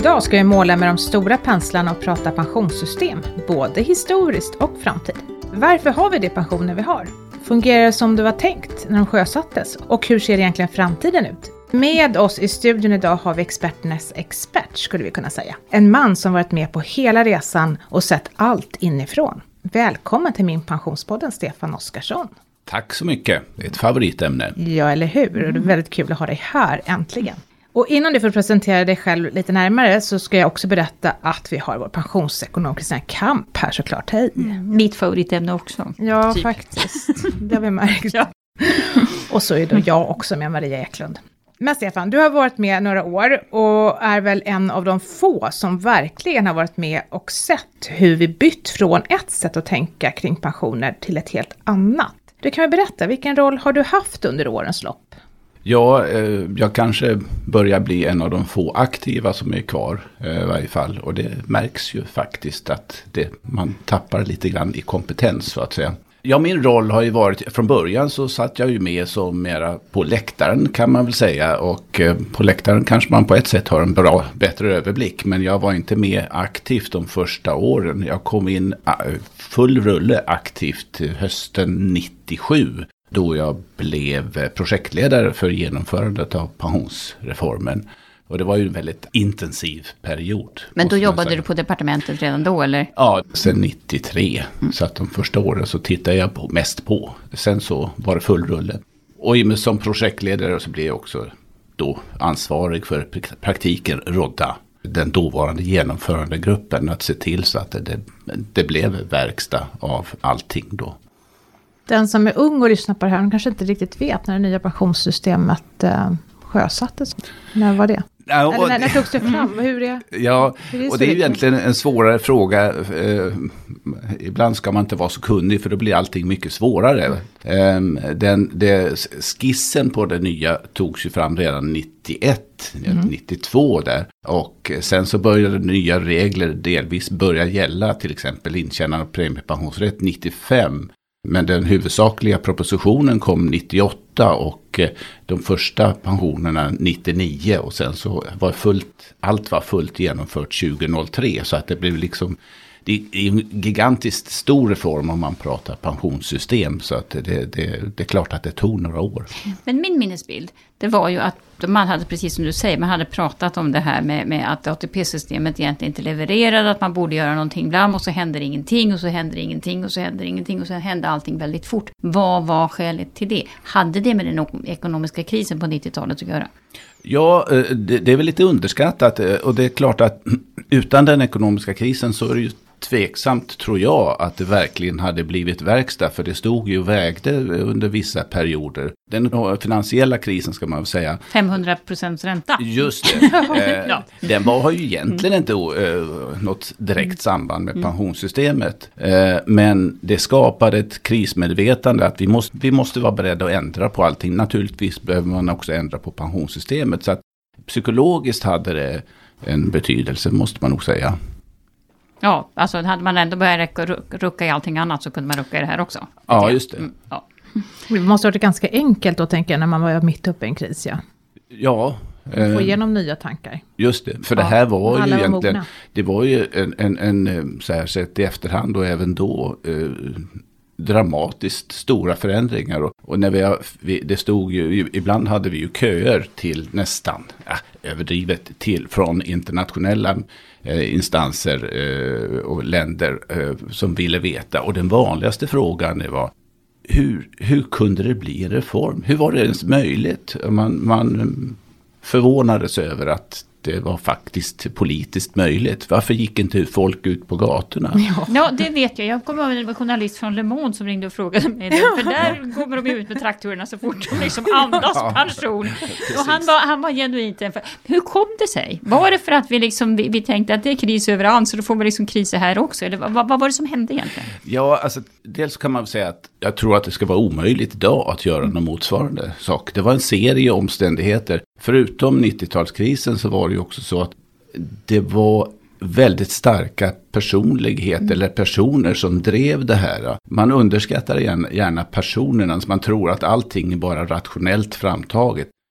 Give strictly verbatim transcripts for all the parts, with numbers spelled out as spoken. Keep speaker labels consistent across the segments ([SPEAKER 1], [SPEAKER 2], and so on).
[SPEAKER 1] Idag ska vi måla med de stora penslarna och prata pensionssystem, både historiskt och framtid. Varför har vi det pensioner vi har? Fungerar det som det var tänkt när de sjösattes? Och hur ser egentligen framtiden ut? Med oss i studion idag har vi experternas expert, skulle vi kunna säga. En man som varit med på hela resan och sett allt inifrån. Välkommen till min pensionspodden, Stefan Oskarsson.
[SPEAKER 2] Tack så mycket. Det är ett favoritämne.
[SPEAKER 1] Ja, eller hur? Och det är väldigt kul att ha dig här, äntligen. Och innan du får presentera dig själv lite närmare så ska jag också berätta att vi har vår pensionsekonomiska kamp här såklart. Hej!
[SPEAKER 3] Mm, mitt favoritämne också.
[SPEAKER 1] Ja,
[SPEAKER 3] typ.
[SPEAKER 1] Faktiskt. Det har vi märkt. Ja. Och så är då jag också med Maria Eklund. Men Stefan, du har varit med några år och är väl en av de få som verkligen har varit med och sett hur vi bytt från ett sätt att tänka kring pensioner till ett helt annat. Du kan väl berätta, vilken roll har du haft under årens lopp?
[SPEAKER 2] Ja, eh, jag kanske börjar bli en av de få aktiva som är kvar eh, i varje fall. Och det märks ju faktiskt att det, man tappar lite grann i kompetens så att säga. Ja, min roll har ju varit, från början så satt jag ju med som mera på läktaren kan man väl säga. Och eh, på läktaren kanske man på ett sätt har en bra, bättre överblick. Men jag var inte med aktivt de första åren. Jag kom in äh, full rulle aktivt hösten nittiosju. Då jag blev projektledare för genomförandet av pensionsreformen. Och det var ju en väldigt intensiv period.
[SPEAKER 3] Men då jobbade du på departementet redan då, eller?
[SPEAKER 2] Ja, sen nittiotre. Mm. Så att de första åren så tittade jag på, mest på. Sen så var det full rulle. Och i och med som projektledare så blev jag också då ansvarig för praktiken rådda den dåvarande genomförande gruppen att se till så att det, det blev verkstad av allting då.
[SPEAKER 1] Den som är ung och lyssnar på det här, de kanske inte riktigt vet när det nya pensionssystemet eh, sjösattes. När var det?
[SPEAKER 2] Ja, och,
[SPEAKER 1] Eller när, när togs det fram? Hur är,
[SPEAKER 2] ja,
[SPEAKER 1] hur är
[SPEAKER 2] och det är ju egentligen en svårare fråga. Eh, ibland ska man inte vara så kunnig för då blir allting mycket svårare. Eh, den, det, skissen på det nya togs ju fram redan nittioett, mm. nittiotvå där. Och sen så började nya regler delvis börja gälla, till exempel intjänande av premiepensionsrätt nittiofem. Men den huvudsakliga propositionen kom nittioåtta och de första pensionerna nittionio och sen så var fullt, allt var fullt genomfört tjugohundratre så att det blev liksom, det är en gigantiskt stor reform om man pratar pensionssystem så att det, det, det är klart att det tog några år.
[SPEAKER 3] Men min minnesbild, det var ju att man hade, precis som du säger, man hade pratat om det här med, med att A T P-systemet egentligen inte levererade, att man borde göra någonting ibland och så händer ingenting och så händer ingenting och så händer ingenting och så hände allting väldigt fort. Vad var skälet till det? Hade det med den ekonomiska krisen på nittiotalet att göra?
[SPEAKER 2] Ja, det, det är väl lite underskattat och det är klart att utan den ekonomiska krisen så är det ju tveksamt tror jag att det verkligen hade blivit verkstad för det stod ju och vägde under vissa perioder. Den finansiella krisen ska man väl säga.
[SPEAKER 3] femhundra procent ränta.
[SPEAKER 2] Just det. Eh, ja. Den var, har ju egentligen mm. inte eh, något direkt samband med mm. pensionssystemet. Eh, men det skapade ett krismedvetande att vi måste, vi måste vara beredda att ändra på allting. Naturligtvis behöver man också ändra på pensionssystemet. Så att psykologiskt hade det en betydelse måste man nog säga.
[SPEAKER 3] Ja, alltså hade man ändå börjat rucka i allting annat så kunde man rucka i det här också.
[SPEAKER 2] Ja, just det.
[SPEAKER 3] Mm, ja.
[SPEAKER 1] Det måste ha varit ganska enkelt att tänka när man var mitt uppe i en kris, ja.
[SPEAKER 2] Ja.
[SPEAKER 1] Eh, Få igenom nya tankar.
[SPEAKER 2] Just det, för ja, det här var ju
[SPEAKER 1] var
[SPEAKER 2] egentligen,
[SPEAKER 1] mogna. Det
[SPEAKER 2] var ju en, en, en så här sett i efterhand och även då eh, dramatiskt stora förändringar. Och, och när vi, har, vi, det stod ju, ibland hade vi ju köer till nästan, ja, överdrivet, till från internationella eh, instanser eh, och länder eh, som ville veta. Och den vanligaste frågan var, hur, hur kunde det bli en reform? Hur var det ens möjligt? Man, man förvånades över att det var faktiskt politiskt möjligt. Varför gick inte folk ut på gatorna?
[SPEAKER 3] Ja, ja det vet jag. Jag kommer ihåg en journalist från Le Monde som ringde och frågade mig det. För där kommer de ut med traktorerna så fort de liksom andas pension. Och han var, han var genuint en för. Hur kom det sig? Var det för att vi, liksom, vi, vi tänkte att det är kris överallt så då får vi liksom kriser här också? Eller vad, vad var det som hände egentligen?
[SPEAKER 2] Ja, alltså dels kan man säga att jag tror att det ska vara omöjligt idag att göra någon motsvarande sak. Det var en serie omständigheter. Förutom nittiotalskrisen så var det ju också så att det var väldigt starka personligheter mm. eller personer som drev det här. Man underskattar gärna, gärna personerna, så man tror att allting är bara rationellt framtaget.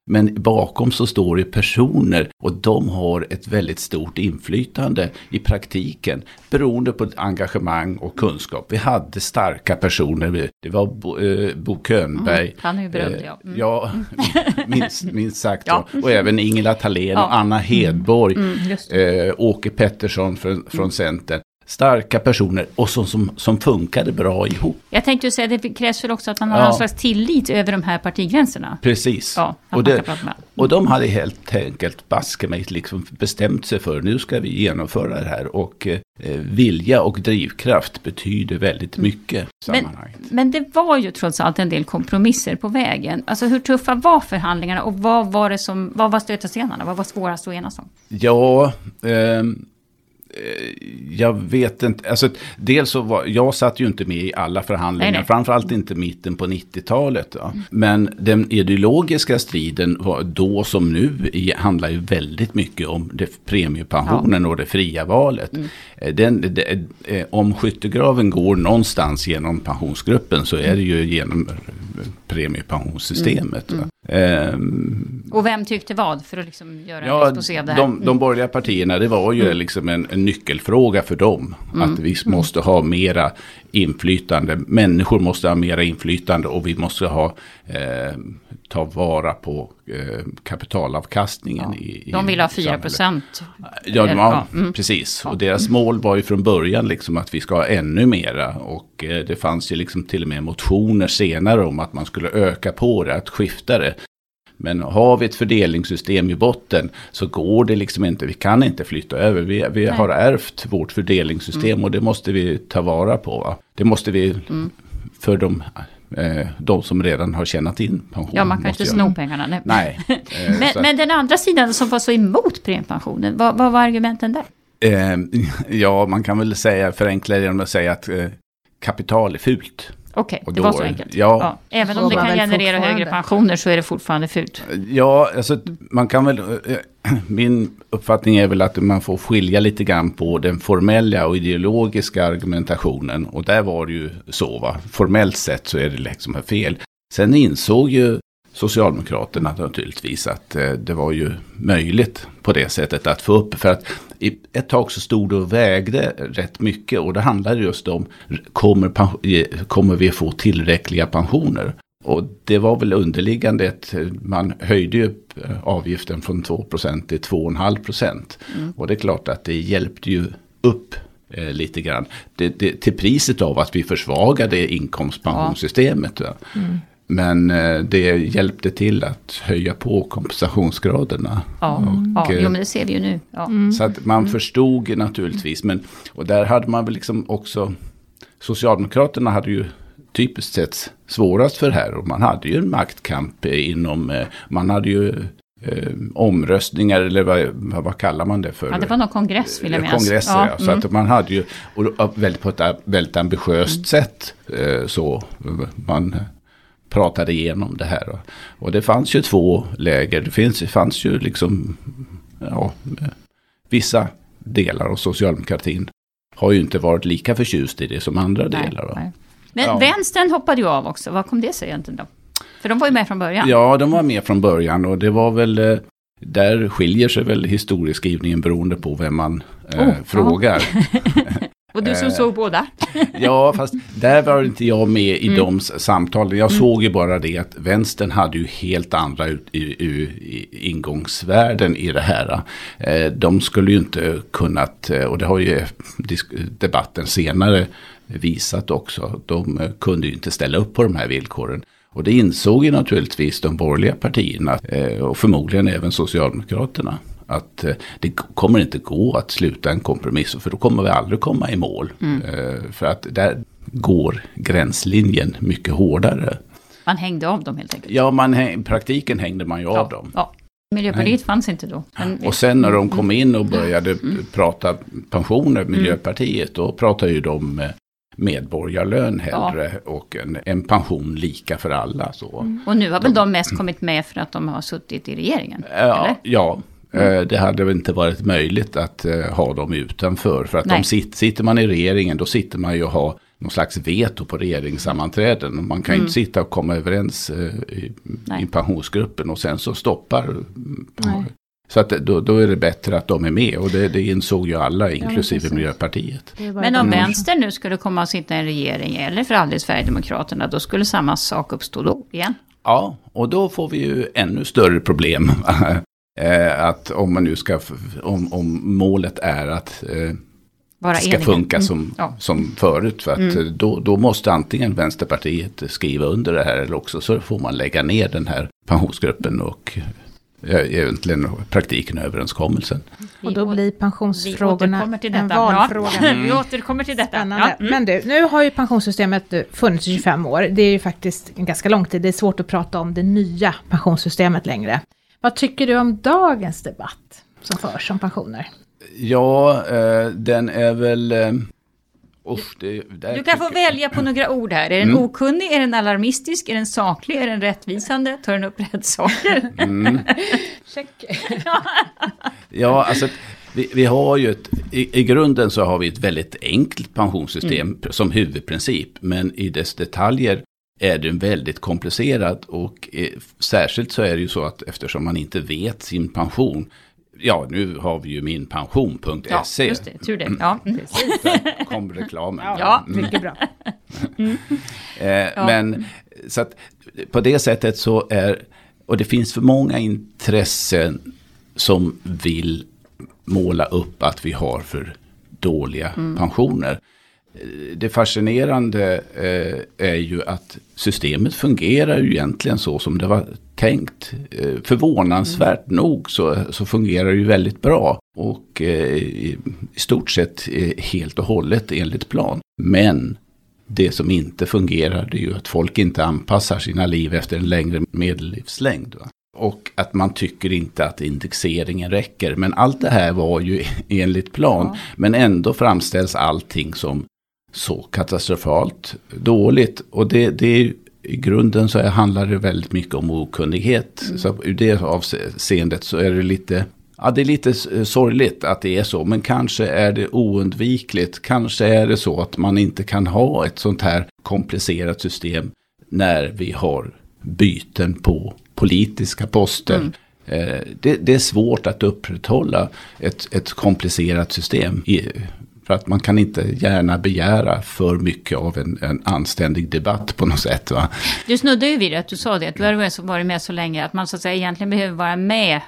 [SPEAKER 2] Men bakom så står det personer och de har ett väldigt stort inflytande i praktiken beroende på engagemang och kunskap. Vi hade starka personer. Det var Bo, eh, Bo Könberg.
[SPEAKER 3] Mm, han är ju berömd,
[SPEAKER 2] eh,
[SPEAKER 3] ja. Mm.
[SPEAKER 2] Ja, minst, minst sagt.
[SPEAKER 3] Ja.
[SPEAKER 2] Och även Ingela Thalén
[SPEAKER 3] Ja.
[SPEAKER 2] och Anna Hedborg.
[SPEAKER 1] Mm, just det.
[SPEAKER 2] eh, Åke Pettersson från, från Centern. Starka personer och som, som, som funkade bra ihop.
[SPEAKER 3] Jag tänkte ju säga att det krävs väl också att man har
[SPEAKER 2] Ja.
[SPEAKER 3] någon slags tillit över de här partigränserna.
[SPEAKER 2] Precis.
[SPEAKER 3] Ja, att
[SPEAKER 2] och,
[SPEAKER 3] man
[SPEAKER 2] det,
[SPEAKER 3] kan prata med.
[SPEAKER 2] och de hade helt enkelt baske mig liksom bestämt sig för nu ska vi genomföra det här. Och eh, vilja och drivkraft betyder väldigt mycket i
[SPEAKER 3] Men,
[SPEAKER 2] sammanhanget.
[SPEAKER 3] men det var ju trots allt en del kompromisser på vägen. Alltså hur tuffa var förhandlingarna och vad var det som, vad var stötestenarna? Vad var svårast att enas om?
[SPEAKER 2] Ja, ehm, jag vet inte, alltså dels så var, jag satt ju inte med i alla förhandlingar,
[SPEAKER 3] Nej, nej.
[SPEAKER 2] framförallt inte mitten på nittiotalet. Ja. Men den ideologiska striden var då som nu i, handlar ju väldigt mycket om det, premiepensionen ja. och det fria valet. Mm. Den, det, om skyttegraven går någonstans genom pensionsgruppen så är det ju genom premiepensionssystemet. Mm. Mm. Um,
[SPEAKER 3] och vem tyckte vad för att liksom göra
[SPEAKER 2] ja,
[SPEAKER 3] en exposé av det här?
[SPEAKER 2] De, de borgerliga partierna, det var ju mm. liksom en, en nyckelfråga för dem. Mm. Att vi måste ha mera inflytande. Människor måste ha mera inflytande och vi måste ha eh, ta vara på eh, kapitalavkastningen.
[SPEAKER 3] Ja.
[SPEAKER 2] I, i
[SPEAKER 3] de vill ha fyra procent.
[SPEAKER 2] Ja, de,
[SPEAKER 3] ja.
[SPEAKER 2] Mm. precis. Och deras mål var ju från början liksom att vi ska ha ännu mera. Och eh, det fanns ju liksom till och med motioner senare om att man skulle öka på det, att skifta det. Men har vi ett fördelningssystem i botten så går det liksom inte, vi kan inte flytta över. Vi, vi har ärvt vårt fördelningssystem mm. och det måste vi ta vara på. Va? Det måste vi mm. för de, eh, de som redan har tjänat in pension.
[SPEAKER 3] Ja, man kan inte sno pengarna. Nej.
[SPEAKER 2] nej eh,
[SPEAKER 3] men, men den andra sidan som var så emot premiepensionen, vad, vad var argumenten där?
[SPEAKER 2] Eh, ja, man kan väl säga, förenkla genom att säga att eh, kapital är fult.
[SPEAKER 3] Okej, okay, det
[SPEAKER 2] då,
[SPEAKER 3] var så enkelt.
[SPEAKER 2] Ja,
[SPEAKER 3] ja, även om det kan generera högre pensioner så är det fortfarande fult.
[SPEAKER 2] Ja, alltså man kan väl, min uppfattning är väl att man får skilja lite grann på den formella och ideologiska argumentationen. Och där var det ju så, va. Formellt sett så är det liksom fel. Sen insåg ju Socialdemokraterna naturligtvis att eh, det var ju möjligt på det sättet att få upp. För att i ett tag så stod det och vägde rätt mycket och det handlade just om kommer, kommer vi få tillräckliga pensioner? Och det var väl underliggande att man höjde upp avgiften från två procent till två komma fem procent. Mm. Och det är klart att det hjälpte ju upp eh, lite grann. Det, det, till priset av att vi försvagade inkomstpensionssystemet. Ja. Mm. Men eh, det hjälpte till att höja på kompensationsgraderna.
[SPEAKER 3] Ja, och, ja jo, men det ser vi ju nu. Ja.
[SPEAKER 2] Mm. Så att man förstod naturligtvis. Men, och där hade man väl liksom också, Socialdemokraterna hade ju typiskt sett svårast för det här. Och man hade ju en maktkamp inom, eh, man hade ju eh, omröstningar eller vad, vad kallar man det för?
[SPEAKER 3] Ja, det var någon kongress vill jag minnas.
[SPEAKER 2] Kongresser, ja. ja. Så mm. att man hade ju, och väldigt, på ett väldigt ambitiöst mm. sätt eh, så man pratade igenom det här. Och, och det fanns ju två läger. Det, finns, det fanns ju liksom ja, vissa delar av socialdemokratin har ju inte varit lika förtjust i det som andra nej, delar. Nej.
[SPEAKER 3] Men ja. Vänstern hoppade ju av också. Vad kom det sig egentligen då? För de var ju med från början.
[SPEAKER 2] Ja, de var med från början och det var väl, där skiljer sig väl historieskrivningen beroende på vem man eh, oh, frågar.
[SPEAKER 3] Och du som såg båda?
[SPEAKER 2] Ja, fast där var inte jag med i mm. de samtalen. Jag mm. såg ju bara det att vänstern hade ju helt andra ut, i, i, i ingångsvärden i det här. De skulle ju inte kunnat, och det har ju debatten senare visat också, de kunde ju inte ställa upp på de här villkoren. Och det insåg ju naturligtvis de borgerliga partierna och förmodligen även Socialdemokraterna. Att eh, det kommer inte gå att sluta en kompromiss för då kommer vi aldrig komma i mål. Mm. Eh, för att där går gränslinjen mycket hårdare.
[SPEAKER 3] Man hängde av dem helt enkelt.
[SPEAKER 2] Ja, man häng, praktiken hängde man ju ja, av dem.
[SPEAKER 3] Ja. Miljöpartiet Nej. fanns inte då.
[SPEAKER 2] Men, och sen när de kom in och började mm. prata pensioner, Miljöpartiet, då pratade ju de medborgarlön hellre ja. och en, en pension lika för alla. Så.
[SPEAKER 3] Mm. Och nu har väl de, de mest kommit med för att de har suttit i regeringen?
[SPEAKER 2] Ja,
[SPEAKER 3] eller?
[SPEAKER 2] ja. Mm. Det hade väl inte varit möjligt att uh, ha dem utanför. För att de sit, sitter man i regeringen, då sitter man ju och har någon slags veto på regeringssammanträden. Man kan ju mm. inte sitta och komma överens eh, i, i pensionsgruppen och sen så stoppar. Nej. Så att då, då är det bättre att de är med och det, det insåg ju alla, inklusive ja, Miljöpartiet.
[SPEAKER 3] Men om vänster nu skulle komma och sitta i en regering eller för alldeles Sverigedemokraterna, då skulle samma sak uppstå då igen?
[SPEAKER 2] Ja, och då får vi ju ännu större problem. Att om man nu ska, om, om målet är att eh, det ska eniga. funka som, mm. ja. som förut. För att mm. då, då måste antingen Vänsterpartiet skriva under det här eller också så får man lägga ner den här pensionsgruppen och egentligen praktiken överenskommelsen.
[SPEAKER 1] Och då blir pensionsfrågorna
[SPEAKER 3] till detta.
[SPEAKER 1] en valfråga.
[SPEAKER 3] Ja. Mm. Vi återkommer till detta.
[SPEAKER 1] Ja. Mm. Men du, nu har ju pensionssystemet funnits i tjugofem år. Det är ju faktiskt en ganska lång tid. Det är svårt att prata om det nya pensionssystemet längre. Vad tycker du om dagens debatt som förs om pensioner?
[SPEAKER 2] Ja, eh, den är väl... Eh, usch, det,
[SPEAKER 3] du kan få välja på några ord här. Är den mm. okunnig, är den alarmistisk, är den saklig, är den rättvisande? Tar den upp rätt saker?
[SPEAKER 2] Mm.
[SPEAKER 1] Check.
[SPEAKER 2] Ja, alltså... Vi, vi har ju ett, i, i grunden så har vi ett väldigt enkelt pensionssystem mm. som huvudprincip. Men i dess detaljer är den väldigt komplicerad och eh, särskilt så är det ju så att eftersom man inte vet sin pension, ja nu har vi ju min pension punkt se.
[SPEAKER 3] Ja, just det, tur det. Ja.
[SPEAKER 2] Mm. Där kom reklamen.
[SPEAKER 1] Ja, mycket bra.
[SPEAKER 2] Mm. eh, ja. Men så att på det sättet så är, och det finns för många intressen som vill måla upp att vi har för dåliga mm. pensioner. Det fascinerande eh, är ju att systemet fungerar ju egentligen så som det var tänkt. Eh, förvånansvärt mm. nog så, så fungerar det ju väldigt bra och eh, i, i stort sett eh, helt och hållet enligt plan. Men det som inte fungerar är ju att folk inte anpassar sina liv efter en längre medellivslängd, va? Och att man tycker inte att indexeringen räcker. Men allt det här var ju enligt plan. Ja. Men ändå framställs allting som så katastrofalt dåligt. Och det, det är, i grunden så handlar det väldigt mycket om okunnighet. Mm. Så ur det avseendet så är det lite... Ja, det är lite sorgligt att det är så, men kanske är det oundvikligt. Kanske är det så att man inte kan ha ett sånt här komplicerat system när vi har byten på politiska poster. Mm. Eh, det, det är svårt att upprätthålla ett, ett komplicerat system i, för att man kan inte gärna begära för mycket av en, en anständig debatt på något sätt, va?
[SPEAKER 3] Du snuddade ju vid det, att du sa det, att du har varit med så länge att man så att säga egentligen behöver vara med,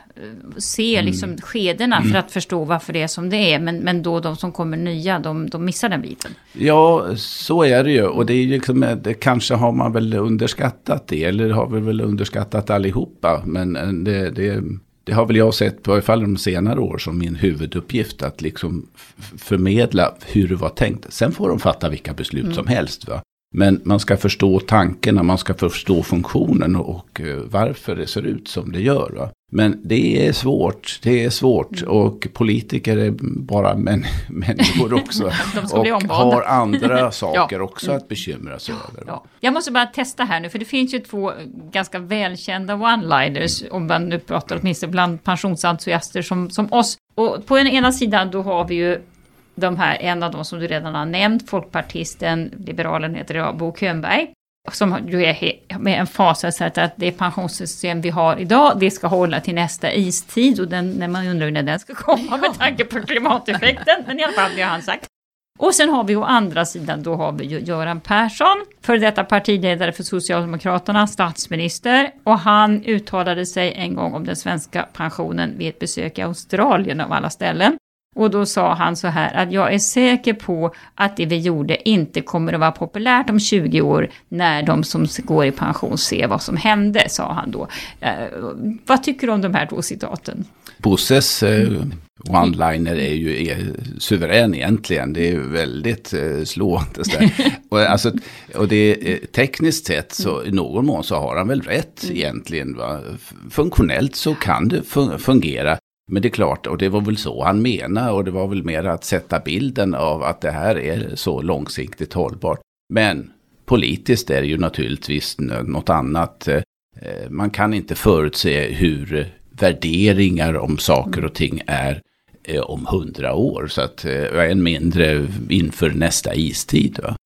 [SPEAKER 3] se mm. liksom skedena mm. för att förstå varför det är som det är, men, men då de som kommer nya, de, de missar den biten.
[SPEAKER 2] Ja, så är det ju, och det är ju liksom, det kanske har man väl underskattat det, eller har vi väl underskattat allihopa, men det, det Det har väl jag sett på i alla fall de senare år som min huvuduppgift att liksom f- förmedla hur det var tänkt. Sen får de fatta vilka beslut mm. som helst, va? Men man ska förstå tankarna, man ska förstå funktionen och, och varför det ser ut som det gör, va? Men det är svårt, det är svårt mm. och politiker är bara män, människor också och har andra saker ja. också att bekymra sig över.
[SPEAKER 3] Ja. Jag måste bara testa här nu, för det finns ju två ganska välkända one-liners om man nu pratar åtminstone bland pensionsentusiaster som, som oss. Och på den ena sidan då har vi ju de här, en av dem som du redan har nämnt, folkpartisten, liberalen heter det, Bo Könberg. Som ju är med en fas att det pensionssystem vi har idag, det ska hålla till nästa istid. Och den, när man undrar när den ska komma med tanke på klimateffekten. Men i alla fall, det har han sagt. Och sen har vi å andra sidan, då har vi ju Göran Persson, för detta partiledare för Socialdemokraterna, statsminister. Och han uttalade sig en gång om den svenska pensionen vid ett besök i Australien av alla ställen. Och då sa han så här, att jag är säker på att det vi gjorde inte kommer att vara populärt om tjugo år när de som går i pension ser vad som hände, sa han då. Eh, vad tycker du om de här två citaten?
[SPEAKER 2] Bosses eh, one-liner är ju är suverän egentligen. Det är väldigt eh, slående. och, alltså, och det är tekniskt sett så i någon mån så har han väl rätt mm. egentligen. Va? Funktionellt så kan det fun- fungera. Men det är klart, och det var väl så han menade, och det var väl mer att sätta bilden av att det här är så långsiktigt hållbart. Men politiskt är det ju naturligtvis något annat. Man kan inte förutse hur värderingar om saker och ting är om hundra år, så att än mindre inför nästa istid, va?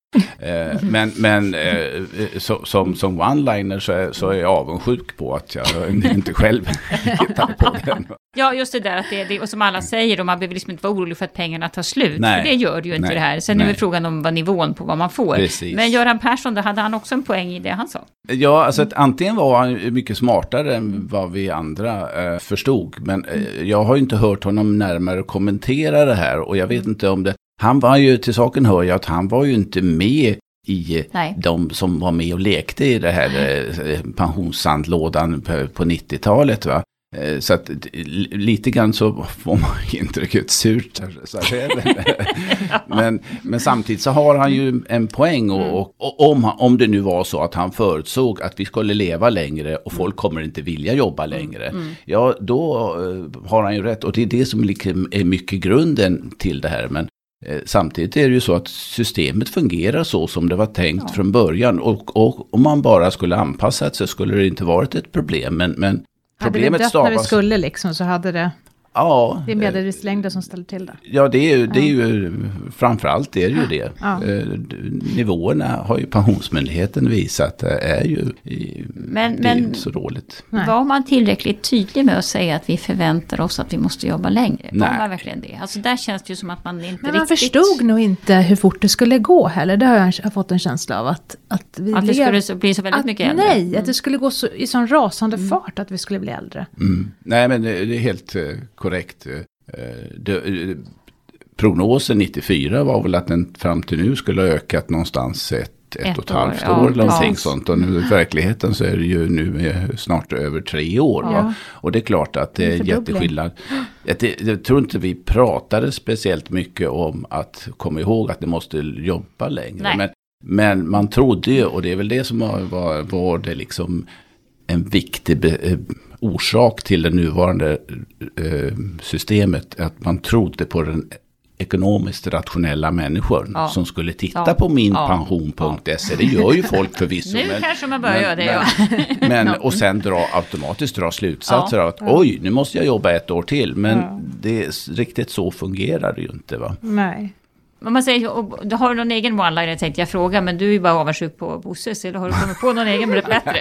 [SPEAKER 2] Eh, men men eh, så, som, som one-liner så är, så är jag avundsjuk på att jag inte själv hittade på den.
[SPEAKER 3] Ja, just det där att det, det och som alla säger, och man behöver liksom inte vara orolig för att pengarna tar slut.
[SPEAKER 2] Nej.
[SPEAKER 3] För det gör det ju inte
[SPEAKER 2] Nej.
[SPEAKER 3] det här. Sen
[SPEAKER 2] Nej.
[SPEAKER 3] är det frågan om vad nivån på vad man får.
[SPEAKER 2] Precis.
[SPEAKER 3] Men Göran Persson, då hade han också en poäng i det han sa.
[SPEAKER 2] Ja, alltså att antingen var han mycket smartare än vad vi andra eh, förstod. Men eh, jag har ju inte hört honom närmare kommentera det här. Och jag vet inte om det... Han var ju, till saken hör jag att han var ju inte med i
[SPEAKER 3] Nej.
[SPEAKER 2] de som var med och lekte i det här eh, pensionssandlådan på, på nittiotalet, va? Eh, så att lite grann så får man intrycket surt. Så men, men samtidigt så har han ju en poäng och, och, och om, om det nu var så att han förutsåg att vi skulle leva längre och folk kommer inte vilja jobba längre, mm. ja då uh, har han ju rätt, och det är det som är mycket grunden till det här. Men eh, samtidigt är det ju så att systemet fungerar så som det var tänkt ja. från början, och, och om man bara skulle anpassa sig så skulle det inte varit ett problem, men, men problemet
[SPEAKER 1] hade det
[SPEAKER 2] stavas...
[SPEAKER 1] när vi skulle liksom, så hade det...
[SPEAKER 2] Ja,
[SPEAKER 1] det är medellivslängden som ställer till det.
[SPEAKER 2] Ja, det är ju, det är ju framförallt är det ju det.
[SPEAKER 1] Ja.
[SPEAKER 2] Nivåerna har ju Pensionsmyndigheten visat är ju
[SPEAKER 3] men,
[SPEAKER 2] det är
[SPEAKER 3] men,
[SPEAKER 2] inte så dåligt.
[SPEAKER 3] Nej. Var man tillräckligt tydlig med att säga att vi förväntar oss att vi måste jobba längre? Nej. Var man verkligen det? Alltså där känns det ju som att man inte
[SPEAKER 1] men
[SPEAKER 3] riktigt...
[SPEAKER 1] man förstod nog inte hur fort det skulle gå heller. Det har jag, jag har fått en känsla av att... Att, vi
[SPEAKER 3] att det
[SPEAKER 1] lev...
[SPEAKER 3] skulle bli så väldigt
[SPEAKER 1] att,
[SPEAKER 3] mycket äldre.
[SPEAKER 1] Nej,
[SPEAKER 3] mm.
[SPEAKER 1] att det skulle gå så, i sån rasande mm. fart att vi skulle bli äldre.
[SPEAKER 2] Mm. Nej, men det, det är helt uh, korrekt. Det, prognosen nittiofyra var väl att den fram till nu skulle ha ökat någonstans ett, ett, ett och ett halvt år, ja, eller någonting ja. sånt. Och nu i verkligheten så är det ju nu snart över tre år. Ja. Va? Och det är klart att det är jätteskillnad. Jag, jag tror inte vi pratade speciellt mycket om att komma ihåg att det måste jobba längre. Men, men man trodde ju, och det är väl det som var, var det liksom en viktig be, orsak till det nuvarande eh, systemet, att man trodde på den ekonomiskt rationella människor ja. som skulle titta ja. på min ja. pension punkt se. Det gör ju folk förvisso.
[SPEAKER 3] Nu
[SPEAKER 2] men,
[SPEAKER 3] kanske man börjar göra det.
[SPEAKER 2] Men, ja. men, och sen dra, automatiskt dra slutsatser ja. av att ja. oj, nu måste jag jobba ett år till. Men ja. det är, riktigt så fungerar det ju inte, va?
[SPEAKER 1] Nej.
[SPEAKER 3] Om man säger, och, har du någon egen one-liner tänkte jag fråga, men du är ju bara avundsjuk på Bosses, eller har du kommit på någon egen bättre?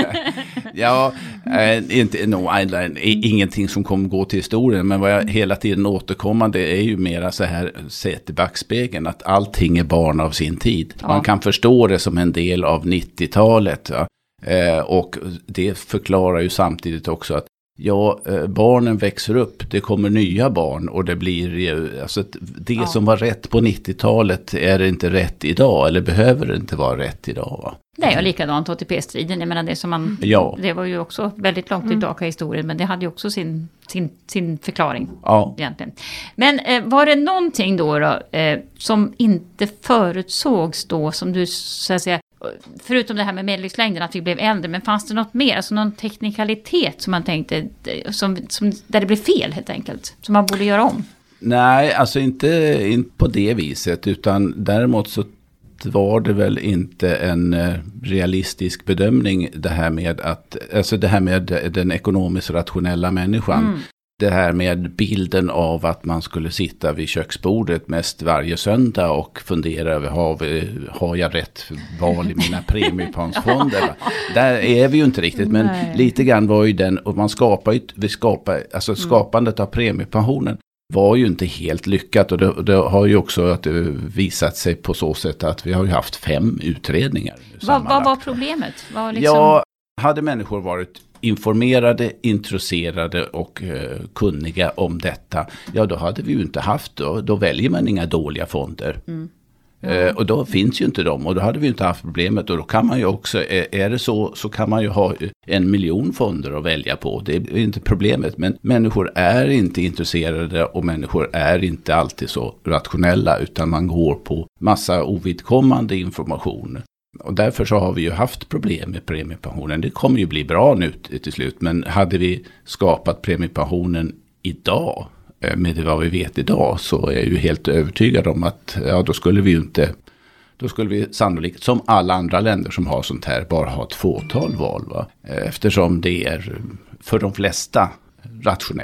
[SPEAKER 2] Ja, äh, inte no, one-line, ingenting som kommer gå till historien, men vad jag hela tiden återkommande är ju mera så här, sett i backspegeln, att allting är barn av sin tid. Ja. Man kan förstå det som en del av nittiotalet, ja. eh, och det förklarar ju samtidigt också att ja, barnen växer upp, det kommer nya barn och det blir, alltså det ja. som var rätt på nittiotalet är det inte rätt idag, eller behöver det inte vara rätt idag, va?
[SPEAKER 3] Nej, och likadant A T P-striden, jag menar det som man, ja. det var ju också väldigt långt tillbaka i historien, men det hade ju också sin, sin, sin förklaring
[SPEAKER 2] ja.
[SPEAKER 3] egentligen. Men eh, var det någonting då, då eh, som inte förutsågs då, som du så att säga, förutom det här med medellivslängden, att vi blev äldre, men fanns det något mer, alltså någon teknikalitet som man tänkte, som, som, där det blev fel helt enkelt, som man borde göra om?
[SPEAKER 2] Nej, alltså inte, inte på det viset, utan däremot så var det väl inte en realistisk bedömning det här med att, alltså det här med den ekonomiskt rationella människan. Mm. Det här med bilden av att man skulle sitta vid köksbordet mest varje söndag och fundera över, har, vi, har jag rätt val i mina premiepensionsfonder? Där är vi ju inte riktigt, men Nej. lite grann var ju den, och man skapar ju, vi skapar, alltså skapandet av premiepensionen var ju inte helt lyckat, och det, det har ju också att det visat sig på så sätt att vi har ju haft fem utredningar.
[SPEAKER 3] Vad, vad var problemet? Var liksom...
[SPEAKER 2] Ja, hade människor varit informerade, intresserade och eh, kunniga om detta, ja då hade vi ju inte haft, då, då väljer man inga dåliga fonder. Mm. Mm. Eh, och då finns ju inte de, och då hade vi inte haft problemet, och då kan man ju också, är, är det så, så kan man ju ha en miljon fonder att välja på, det är inte problemet, men människor är inte intresserade och människor är inte alltid så rationella, utan man går på massa ovidkommande information. Och därför så har vi ju haft problem med premiepensionen. Det kommer ju bli bra nu till slut, men hade vi skapat premiepensionen idag, med det vad vi vet idag, så är jag ju helt övertygad om att ja, då skulle vi ju inte, då skulle vi sannolikt som alla andra länder som har sånt här bara ha ett fåtal val, va? Eftersom det är för de flesta rationellt.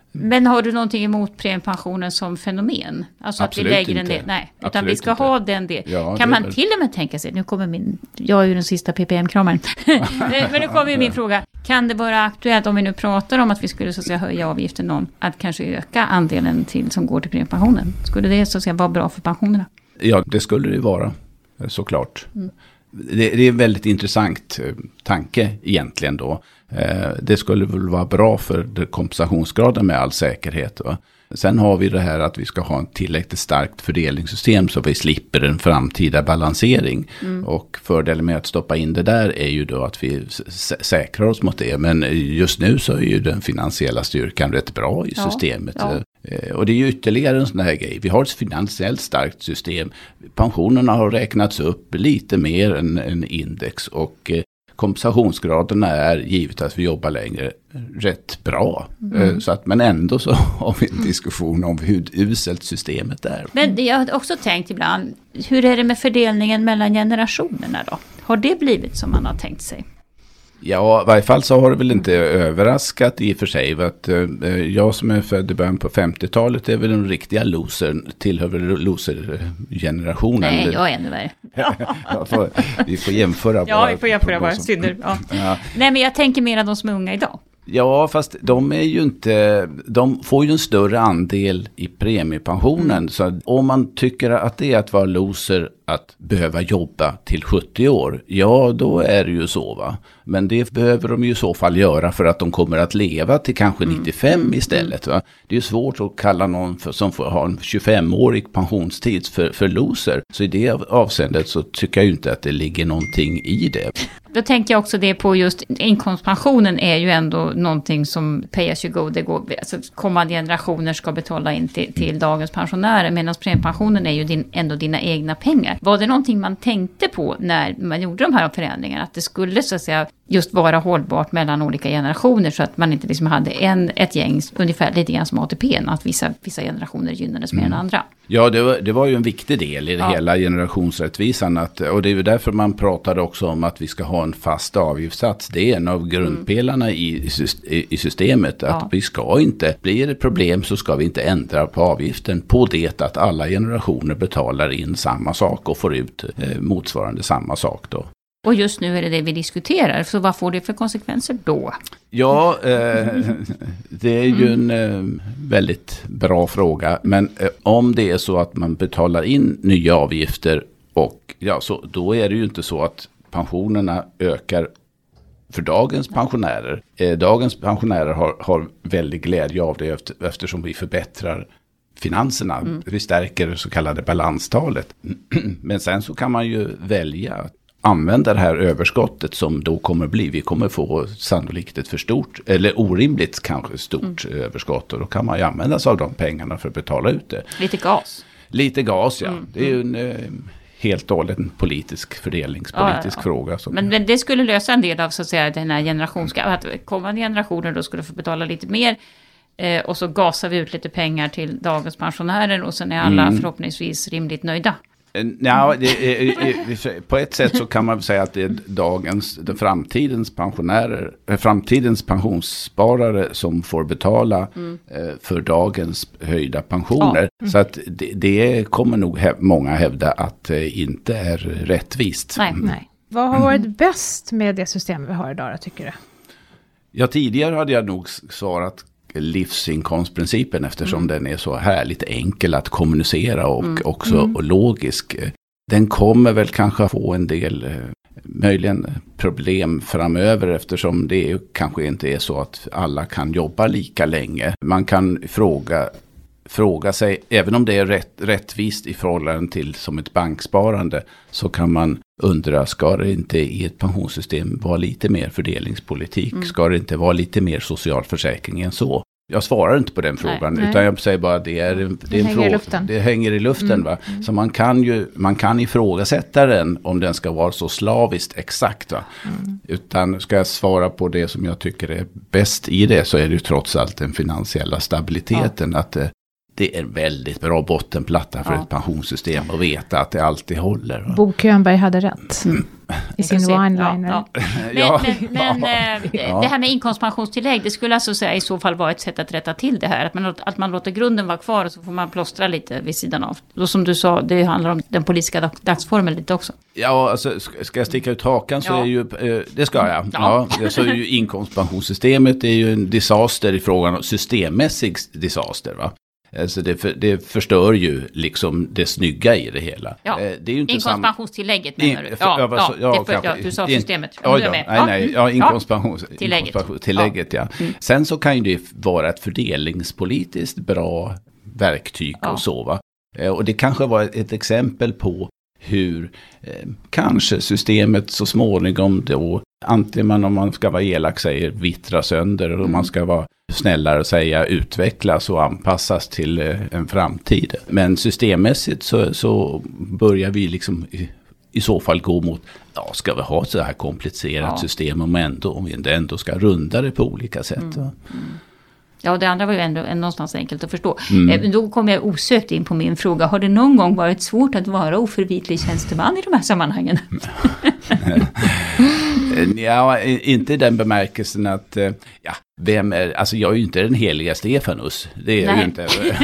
[SPEAKER 3] Men har du någonting emot premiepensionen som fenomen? Alltså
[SPEAKER 2] Absolut
[SPEAKER 3] att vi lägger en
[SPEAKER 2] inte.
[SPEAKER 3] del, nej, utan
[SPEAKER 2] Absolut
[SPEAKER 3] vi ska
[SPEAKER 2] inte.
[SPEAKER 3] ha den del.
[SPEAKER 2] Ja,
[SPEAKER 3] Kan man
[SPEAKER 2] väl...
[SPEAKER 3] till och med tänka sig, nu kommer min, jag är ju den sista P P M-kramaren, men nu kommer ju min fråga, kan det vara aktuellt om vi nu pratar om att vi skulle så att säga höja avgiften någon, att kanske öka andelen till som går till premiepensionen? Skulle det så att säga vara bra för pensionerna?
[SPEAKER 2] Ja, det skulle det vara, såklart. Mm. Det, det är en väldigt intressant eh, tanke egentligen då. Eh, det skulle väl vara bra för kompensationsgraden med all säkerhet. Va? Sen har vi det här att vi ska ha en tillräckligt starkt fördelningssystem så vi slipper en framtida balansering. Mm. Och fördelen med att stoppa in det där är ju då att vi s- säkrar oss mot det. Men just nu så är ju den finansiella styrkan rätt bra i ja, systemet. Ja. Och det är ju ytterligare en sån här grej. Vi har ett finansiellt starkt system. Pensionerna har räknats upp lite mer än, än index och kompensationsgraderna är, givet att vi jobbar längre, rätt bra. Mm. Så att, men ändå så har vi en diskussion om hur uselt systemet är.
[SPEAKER 3] Men jag har också tänkt ibland, hur är det med fördelningen mellan generationerna då? Har det blivit som man har tänkt sig?
[SPEAKER 2] Ja, i varje fall så har det väl inte överraskat i och för sig. Att, eh, jag som är född i början på femtiotalet är väl en riktiga loser, tillhör loser-generationen.
[SPEAKER 3] Nej, jag är ännu värre.
[SPEAKER 2] Ja, får, vi får jämföra.
[SPEAKER 3] Ja, vi får jämföra våra synder. Ja. Ja. Nej, men jag tänker mer än de som är unga idag.
[SPEAKER 2] Ja, fast de är ju inte, de får ju en större andel i premiepensionen. Mm. Så om man tycker att det är att vara loser att behöva jobba till sjuttio år, ja då är det ju så va. Men det behöver de ju i så fall göra för att de kommer att leva till kanske mm. nittiofem istället va. Det är ju svårt att kalla någon för, som får ha en tjugofemårig pensionstid för, för loser. Så i det avseendet så tycker jag ju inte att det ligger någonting i det.
[SPEAKER 3] Då tänker jag också det på just inkomstpensionen är ju ändå någonting som pay as you go, det går, alltså kommande generationer ska betala in till, till dagens pensionärer, medan premiepensionen är ju din, ändå dina egna pengar. Var det någonting man tänkte på när man gjorde de här förändringarna, att det skulle så att säga just vara hållbart mellan olika generationer så att man inte liksom hade en, ett gäng ungefär lite grann som A T P, att vissa, vissa generationer gynnades mer mm. än andra?
[SPEAKER 2] Ja, det var, det var ju en viktig del i det ja. hela generationsrättvisan. Att, och det är ju därför man pratade också om att vi ska ha en fast avgiftssats. Det är en av grundpelarna mm. i, i, i systemet. Att ja. vi ska inte, blir det problem så ska vi inte ändra på avgiften på det att alla generationer betalar in samma sak och får ut eh, motsvarande samma sak då.
[SPEAKER 3] Och just nu är det det vi diskuterar, så vad får det för konsekvenser då?
[SPEAKER 2] Ja, eh, det är ju en eh, väldigt bra fråga. Men eh, om det är så att man betalar in nya avgifter och ja, så, då är det ju inte så att pensionerna ökar för dagens pensionärer. Eh, dagens pensionärer har, har väldigt glädje av det efter, eftersom vi förbättrar finanserna. Mm. Vi stärker så kallade balanstalet. Men sen så kan man ju välja att använda det här överskottet som då kommer bli. Vi kommer få sannolikt ett för stort, eller orimligt kanske stort mm. överskott. Och då kan man ju använda sig av de pengarna för att betala ut det.
[SPEAKER 3] Lite gas.
[SPEAKER 2] Lite gas, ja. Mm. Det är ju en eh, helt och hållet en politisk fördelningspolitisk ja, ja, ja. fråga. Som... Men, men det skulle lösa en del av så att säga den här generationsskatten. Att kommande generationer då skulle få betala lite mer. Eh, och så gasar vi ut lite pengar till dagens pensionärer och sen är alla mm. förhoppningsvis rimligt nöjda. Ja, det är, på ett sätt så kan man säga att det är dagens, det framtidens pensionärer, framtidens pensionssparare som får betala mm. för dagens höjda pensioner. Ja. Mm. Så att det, det kommer nog häv, många hävda att det inte är rättvist.
[SPEAKER 1] Nej, nej. Vad har varit mm. bäst med det system vi har idag, tycker du?
[SPEAKER 2] Ja, tidigare hade jag nog svarat livsinkomstprincipen eftersom mm. den är så härligt enkel att kommunicera och mm. också mm. och logisk. Den kommer väl kanske få en del eh, möjligen problem framöver eftersom det ju kanske inte är så att alla kan jobba lika länge. Man kan fråga fråga sig, även om det är rätt, rättvist i förhållande till som ett banksparande, så kan man undra, ska det inte i ett pensionssystem vara lite mer fördelningspolitik? Mm. Ska det inte vara lite mer socialförsäkring än så? Jag svarar inte på den frågan, nej, utan jag säger bara att det är, det
[SPEAKER 1] det
[SPEAKER 2] är en
[SPEAKER 1] hänger
[SPEAKER 2] fråga.
[SPEAKER 1] I luften.
[SPEAKER 2] Det hänger i luften. Mm. Va? Mm. Så man kan ju man kan ifrågasätta den om den ska vara så slaviskt exakt. Va? Mm. Utan ska jag svara på det som jag tycker är bäst i det, så är det ju trots allt den finansiella stabiliteten. Ja. Att det, det är en väldigt bra bottenplatta för ja. ett pensionssystem att veta att det alltid håller. Va?
[SPEAKER 1] Bo Könberg hade rätt. Mm. I sin one-liner.
[SPEAKER 3] Ja, ja. Men, ja. men, men ja. det här med inkomstpensionstillägg, det skulle alltså säga i så fall vara ett sätt att rätta till det här. Att man, att man låter grunden vara kvar och så får man plåstra lite vid sidan av. Och som du sa, det handlar om den politiska dagsformen lite också.
[SPEAKER 2] Ja, alltså ska jag sticka ut hakan så ja. är ju, det ska jag. Ja. Ja, så är ju inkomstpensionssystemet är ju en disaster i frågan om systemmässig disaster, va? Alltså det, för, det förstör ju liksom det snygga i det hela.
[SPEAKER 3] Ja.
[SPEAKER 2] Det är ju inte
[SPEAKER 3] inkomstpensionstillägget menar du? Ja, ja, ja, ja, för, ja, du sa systemet.
[SPEAKER 2] Ja, ja, nej, nej, ja, inkomstpensionstillägget. Inkomstpensionstillägget, ja. ja. Mm. Sen så kan ju det vara ett fördelningspolitiskt bra verktyg ja. och så, va? Och det kanske var ett exempel på hur eh, kanske systemet så småningom då, antingen man, om man ska vara elak säger vittra sönder, och om man ska vara snällare säga utvecklas och anpassas till eh, en framtid. Men systemmässigt så, så börjar vi liksom i, i så fall gå mot, ja, ska vi ha ett så här komplicerat ja. system om, ändå, om vi ändå ska runda det på olika sätt. Mm. Mm.
[SPEAKER 3] Ja, det andra var ju ändå någonstans enkelt att förstå. Mm. Då kom jag osökt in på min fråga. Har det någon gång varit svårt att vara oförvitlig tjänsteman i de här sammanhangen?
[SPEAKER 2] Ja, inte i den bemärkelsen att, ja, vem är, alltså jag är ju inte den heliga Stefanus. Det är jag ju inte.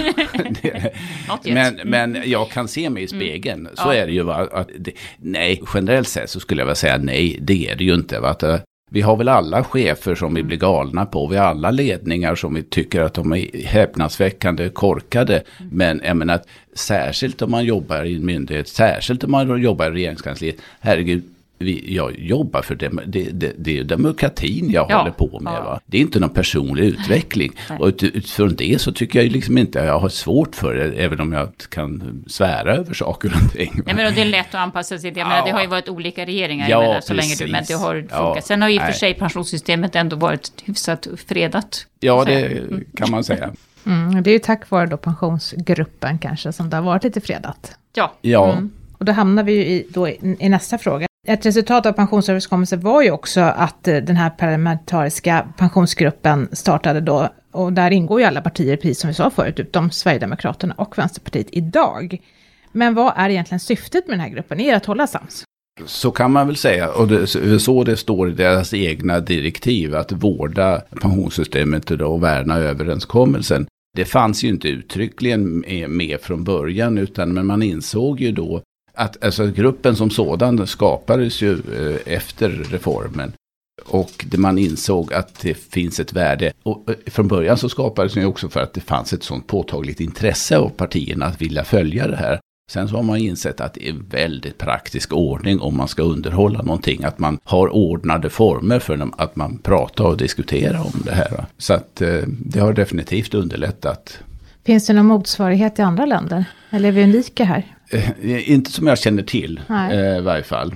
[SPEAKER 2] men, men jag kan se mig i spegeln. Mm. Så ja. är det ju. Va? Att det, nej, generellt sett så skulle jag väl säga nej, det är det ju inte. Va? Att, vi har väl alla chefer som vi blir galna på. Vi har alla ledningar som vi tycker att de är häpnadsväckande korkade. Mm. Men jag menar att särskilt om man jobbar i en myndighet, särskilt om man jobbar i regeringskansliet, herregud, vi, jag jobbar för dem, det, det, det är demokratin jag ja, håller på med. Ja. Va? Det är inte någon personlig utveckling. Nej. Och ut, utifrån det så tycker jag liksom inte att jag har svårt för det, även om jag kan svära över saker och ting.
[SPEAKER 3] Ja, men det är lätt att anpassa sig till. Jag ja. menar, det har ju varit olika regeringar ja, menar, så precis. länge du, men det har funkat. Ja, Sen har ju i och för sig pensionssystemet ändå varit hyfsat fredat.
[SPEAKER 2] Ja, det kan man säga.
[SPEAKER 1] Mm, det är ju tack vare då pensionsgruppen kanske som det har varit lite fredat.
[SPEAKER 3] Ja.
[SPEAKER 2] ja.
[SPEAKER 1] Mm. Och då hamnar vi ju i, då i, i nästa fråga. Ett resultat av pensionsöverenskommelsen var ju också att den här parlamentariska pensionsgruppen startade då. Och där ingår ju alla partier, precis som vi sa förut, utom Sverigedemokraterna och Vänsterpartiet idag. Men vad är egentligen syftet med den här gruppen? Är det att hålla sams?
[SPEAKER 2] Så kan man väl säga, och det, så det står i deras egna direktiv, att vårda pensionssystemet och värna överenskommelsen. Det fanns ju inte uttryckligen med, med från början, utan men man insåg ju då att alltså, gruppen som sådan skapades ju eh, efter reformen. Och det man insåg att det finns ett värde. Och eh, från början så skapades det också för att det fanns ett sånt påtagligt intresse av partierna att vilja följa det här. Sen så har man insett att det är en väldigt praktisk ordning om man ska underhålla någonting. Att man har ordnade former för att man pratar och diskuterar om det här. Så att eh, det har definitivt underlättat.
[SPEAKER 1] Finns det någon motsvarighet i andra länder? Eller är vi unika här?
[SPEAKER 2] Eh, inte som jag känner till eh, i varje fall.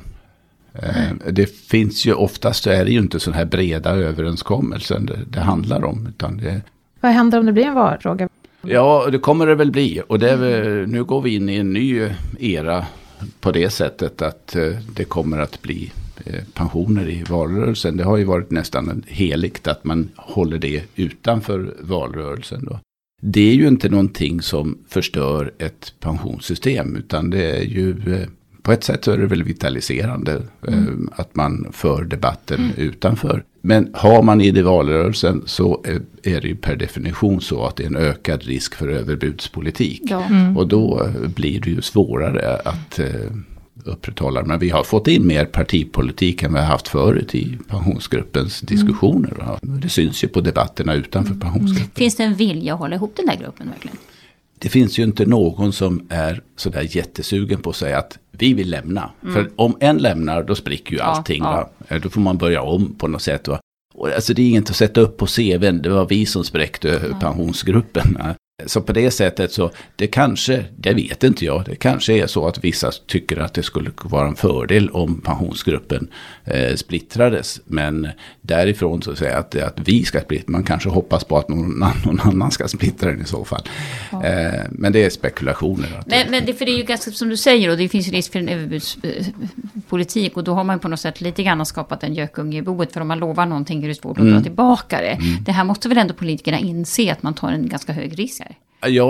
[SPEAKER 2] Eh, det finns ju oftast, så är det ju inte så här breda överenskommelser det, det handlar om. Utan det...
[SPEAKER 1] Vad händer om det blir en valfråga?
[SPEAKER 2] Ja, det kommer det väl bli. Och det är väl, nu går vi in i en ny era på det sättet att eh, det kommer att bli eh, pensioner i valrörelsen. Det har ju varit nästan heligt att man håller det utanför valrörelsen då. Det är ju inte någonting som förstör ett pensionssystem, utan det är ju eh, på ett sätt så är det väl vitaliserande eh, mm. att man för debatten mm. utanför. Men har man i det valrörelsen så är, är det ju per definition så att det är en ökad risk för överbudspolitik. Ja. Mm. Och då blir det ju svårare att eh, upprätthålla. Men vi har fått in mer partipolitik än vi har haft förut i pensionsgruppens diskussioner. Mm. Det syns ju på debatterna utanför mm. pensionsgruppen.
[SPEAKER 3] Finns det en vilja att hålla ihop den där gruppen verkligen?
[SPEAKER 2] Det finns ju inte någon som är sådär jättesugen på att säga att vi vill lämna. Mm. För om en lämnar, då spricker ju ja, allting. Ja. Va? Då får man börja om på något sätt. Va? Och alltså det är inget att sätta upp på C V:n. Det var vi som spräckte ja. pensionsgruppen. Så på det sättet så, det kanske, det vet inte jag, det kanske är så att vissa tycker att det skulle vara en fördel om pensionsgruppen eh, splittrades. Men därifrån så säger jag att, att vi ska splittra, man kanske hoppas på att någon, någon annan ska splittra den i så fall. Ja. Eh, men det är spekulationer. Att
[SPEAKER 3] men, men det, för det är ju ganska som du säger, och det finns risk för en överbudspolitik, och då har man på något sätt lite grann skapat en gökunge i boet, för om man lovar någonting är det svårt att mm. dra tillbaka det. Mm. Det här måste väl ändå politikerna inse att man tar en ganska hög risk här.
[SPEAKER 2] Ja,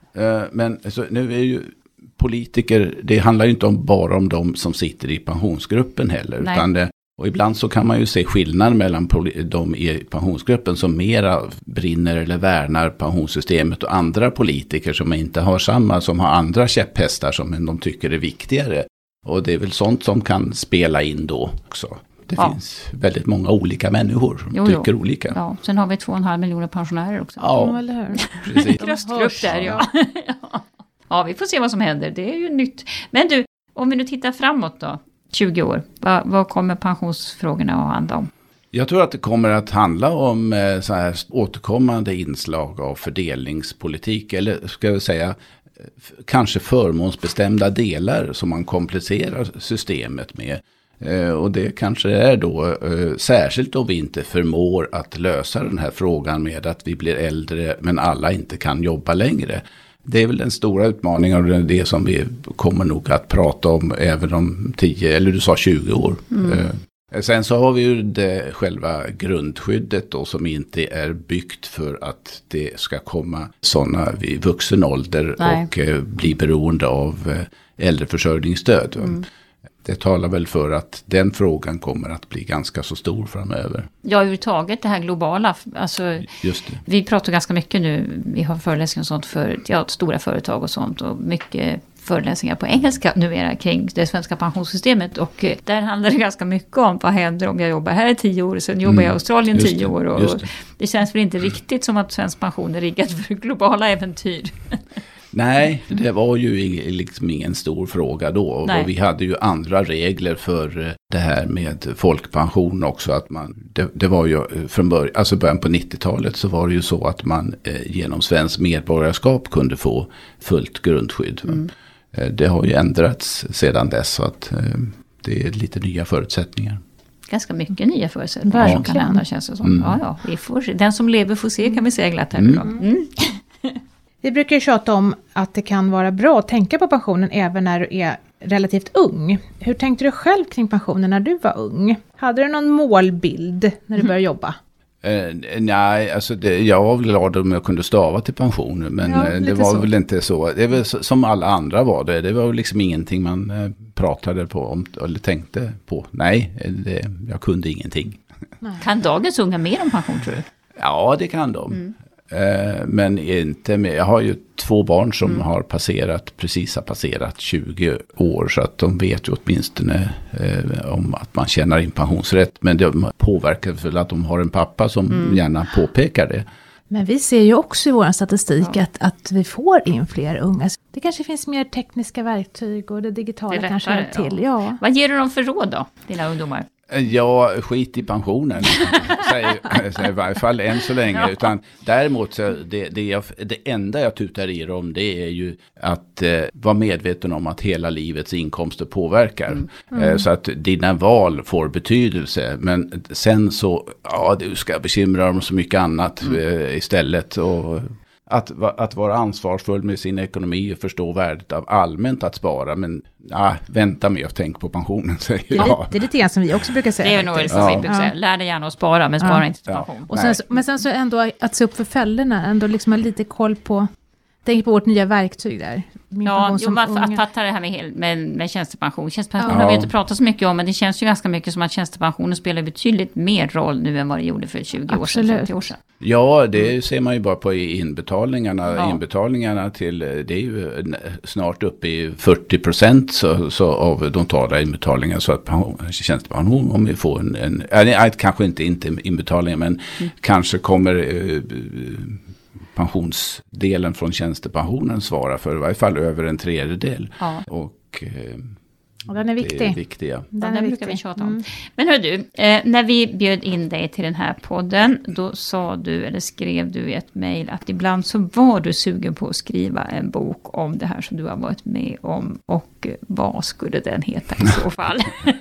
[SPEAKER 2] Eh, men alltså, nu är ju politiker, det handlar ju inte om, bara om de som sitter i pensionsgruppen heller. Utan det, och ibland så kan man ju se skillnad mellan de i pensionsgruppen som mera brinner eller värnar pensionssystemet och andra politiker som inte har samma, som har andra käpphästar som de tycker är viktigare. Och det är väl sånt som kan spela in då också. Det ja. finns väldigt många olika människor som jo, tycker jo. olika.
[SPEAKER 3] Ja, sen har vi två och en halv miljoner pensionärer också.
[SPEAKER 2] Ja,
[SPEAKER 1] eller hur?
[SPEAKER 2] Precis.
[SPEAKER 3] Röstgrupp där, ja. ja. Ja, vi får se vad som händer. Det är ju nytt. Men du, om vi nu tittar framåt då, tjugo år. Vad, vad kommer pensionsfrågorna att handla om?
[SPEAKER 2] Jag tror att det kommer att handla om eh, så här återkommande inslag av fördelningspolitik. Eller ska jag säga, kanske förmånsbestämda delar som man komplicerar systemet med. Eh, och det kanske är då, eh, särskilt om vi inte förmår att lösa den här frågan med att vi blir äldre men alla inte kan jobba längre. Det är väl den stora utmaningen och det som vi kommer nog att prata om även om tio, eller du sa tjugo år. Mm. Eh, sen så har vi ju det själva grundskyddet då som inte är byggt för att det ska komma sådana vid vuxen ålder Nej. och eh, bli beroende av eh, äldreförsörjningsstöd. Mm. Det talar väl för att den frågan kommer att bli ganska så stor framöver.
[SPEAKER 3] Ja, överhuvudtaget det här globala. Alltså,
[SPEAKER 2] Just det.
[SPEAKER 3] Vi pratar ganska mycket nu, vi har föreläsningar och sånt för ja, stora företag och sånt. Och mycket föreläsningar på engelska numera kring det svenska pensionssystemet. Och där handlar det ganska mycket om vad händer om jag jobbar här i tio år. Sen jobbar mm. jag i Australien Just tio det. år. Och det. det känns väl inte riktigt som att svensk pension är riggad för globala äventyr.
[SPEAKER 2] Nej, det var ju liksom ingen stor fråga då. Och vi hade ju andra regler för det här med folkpension också. Att man, det, det var ju från början, alltså början på nittiotalet så var det ju så att man eh, genom svensk medborgarskap kunde få fullt grundskydd. Mm. Eh, det har ju ändrats sedan dess så att eh, det är lite nya förutsättningar.
[SPEAKER 3] Ganska mycket nya förutsättningar ja. som kan hända känns det som. Mm. Ja, ja, vi får se. Den som lever får se kan vi säga glatt här. Mm. Mm.
[SPEAKER 1] Vi brukar ju tjata om att det kan vara bra att tänka på pensionen även när du är relativt ung. Hur tänkte du själv kring pensionen när du var ung? Hade du någon målbild när du började jobba?
[SPEAKER 2] Eh, nej, alltså det, jag var glad om jag kunde stava till pensionen. Men ja, det var så. väl inte så. Det var som alla andra var det. Det var väl liksom ingenting man eh, pratade på om, eller tänkte på. Nej, det, jag kunde ingenting.
[SPEAKER 3] Nej. Kan dagens unga mer om pension tror du?
[SPEAKER 2] Ja, det kan de. Mm. Men inte med, jag har ju två barn som mm. har passerat, precis har passerat tjugo år så att de vet ju åtminstone eh, om att man tjänar in pensionsrätt. Men det påverkar väl att de har en pappa som mm. gärna påpekar det.
[SPEAKER 1] Men vi ser ju också i vår statistik ja. att, att vi får in fler unga. Det kanske finns mer tekniska verktyg och det digitala det kanske är till. Ja.
[SPEAKER 3] Ja. Vad ger du dem för råd då, dina ungdomar?
[SPEAKER 2] Ja, skit i pensionen. säger, I varje fall än så länge. Ja. Utan däremot, så det, det, jag, det enda jag tutar i dem det är ju att eh, vara medveten om att hela livets inkomster påverkar. Mm. Mm. Eh, så att dina val får betydelse. Men sen så, ja, du ska bekymra dig om så mycket annat mm. eh, istället. Och Att, att vara ansvarsfull med sin ekonomi och förstå värdet av allmänt att spara. Men ja, vänta med att tänka på pensionen. Säger
[SPEAKER 1] det, är
[SPEAKER 2] jag.
[SPEAKER 1] det är lite grann som vi också brukar säga.
[SPEAKER 3] Det är nog det som vi brukar säga. Lär dig gärna att spara men spara ja. inte till pension.
[SPEAKER 1] Ja. Och sen, men sen så ändå att se upp för fällorna. Ändå liksom ha lite koll på. Tänk på vårt nya verktyg där. Min
[SPEAKER 3] ja, jo, man, att fatta det här med, med, med tjänstepension. Tjänstepension ja. har vi inte pratat så mycket om, men det känns ju ganska mycket som att tjänstepensionen spelar betydligt mer roll nu än vad det gjorde för tjugo år sedan, trettio år sedan.
[SPEAKER 2] Ja, det ser man ju bara på inbetalningarna. Ja. Inbetalningarna till, det är ju snart uppe i fyrtio procent så, så av de totala inbetalningarna så att pension, tjänstepension om vi får en, en nej, kanske inte, inte inbetalningar men mm. kanske kommer eh, pensionsdelen från tjänstepensionen svarar för i varje fall över en tredjedel. Ja. Och eh,
[SPEAKER 1] och den är viktig.
[SPEAKER 2] Det är viktiga.
[SPEAKER 3] Den, ja, den brukar vi tjata om. Mm. Men hör du, eh, när vi bjöd in dig till den här podden, då sa du, eller skrev du i ett mejl att ibland så var du sugen på att skriva en bok om det här som du har varit med om. Och vad skulle den heta i så fall?